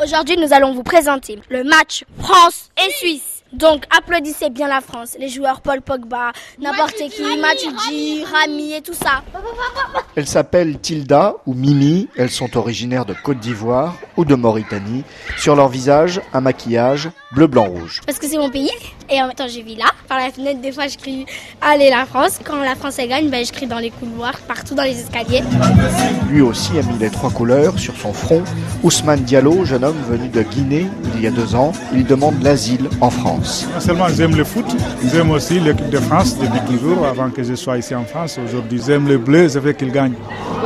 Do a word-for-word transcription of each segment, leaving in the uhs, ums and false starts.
Aujourd'hui, nous allons vous présenter le match France et Suisse. Donc, applaudissez bien la France. Les joueurs Paul Pogba, n'importe qui, Matuidi, Rami et tout ça. Elles s'appellent Tilda ou Mimi. Elles sont originaires de Côte d'Ivoire ou de Mauritanie. Sur leur visage, un maquillage bleu, blanc, rouge. Parce que c'est mon pays. Et en même temps, je vis là. Par la fenêtre, des fois, je crie « Allez la France !» Quand la France elle gagne, ben, je crie dans les couloirs, partout dans les escaliers. Lui aussi a mis les trois couleurs sur son front. Ousmane Diallo, jeune homme venu de Guinée il y a deux ans, il demande l'asile en France. Non seulement j'aime le foot, j'aime aussi l'équipe de France depuis toujours, avant que je sois ici en France. Aujourd'hui, j'aime le bleu, je veux qu'il gagne.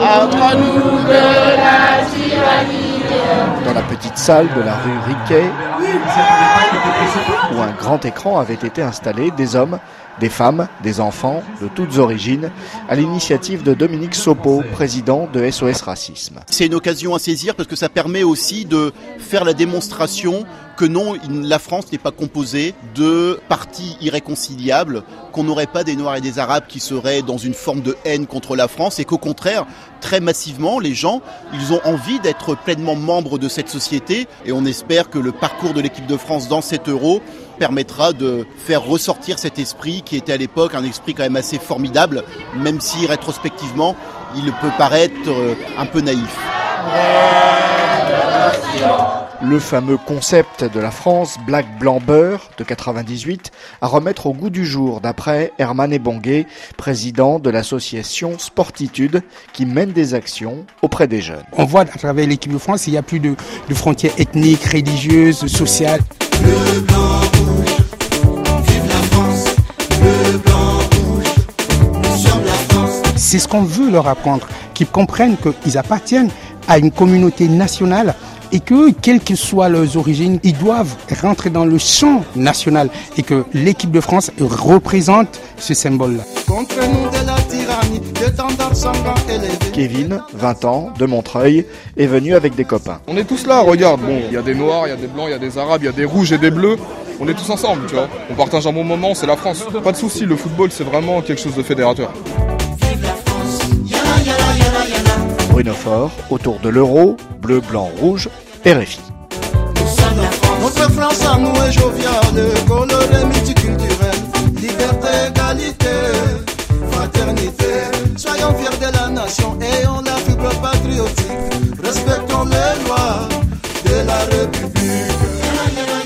Dans la petite salle de la rue Riquet, où un grand écran avait été installé, des hommes, des femmes, des enfants, de toutes origines, à l'initiative de Dominique Sopo, président de S O S Racisme. C'est une occasion à saisir parce que ça permet aussi de faire la démonstration que non, la France n'est pas composée de partis irréconciliables, qu'on n'aurait pas des Noirs et des Arabes qui seraient dans une forme de haine contre la France et qu'au contraire, très massivement, les gens, ils ont envie d'être pleinement membres de cette société et on espère que le parcours de l'équipe de France dans cet Euro permettra de faire ressortir cet esprit qui était à l'époque un esprit quand même assez formidable, même si rétrospectivement, il peut paraître un peu naïf. Le fameux concept de la France, Black, Blanc, Beurre, de quatre-vingt-dix-huit, à remettre au goût du jour, d'après Herman Ebongué, président de l'association Sportitude, qui mène des actions auprès des jeunes. On voit à travers l'équipe de France, il n'y a plus de, de frontières ethniques, religieuses, sociales. Le blanc, rouge, vive la France, le blanc, rouge, nous sommes la France. C'est ce qu'on veut leur apprendre, qu'ils comprennent qu'ils appartiennent à une communauté nationale et que, quelles que soient leurs origines, ils doivent rentrer dans le champ national et que l'équipe de France représente ce symbole-là. Contre nous de la tyrannie, l'étendard sanguin élevé. Kevin, vingt ans, de Montreuil, est venu avec des copains. On est tous là, regarde, bon, il y a des noirs, il y a des blancs, il y a des arabes, il y a des rouges et des bleus. On est tous ensemble, tu vois. On partage un bon moment, c'est la France. Pas de souci, le football, c'est vraiment quelque chose de fédérateur. Vive la France, yana, yana, yana, yana. Bruno Faure, autour de l'Euro, bleu, blanc, rouge, R F I. Nous sommes la France. Notre France à nous est joviale, colorée, multiculturelle. Liberté, égalité, fraternité. Soyons fiers de la nation et on la fibre patriotique. Respectons les lois de la République.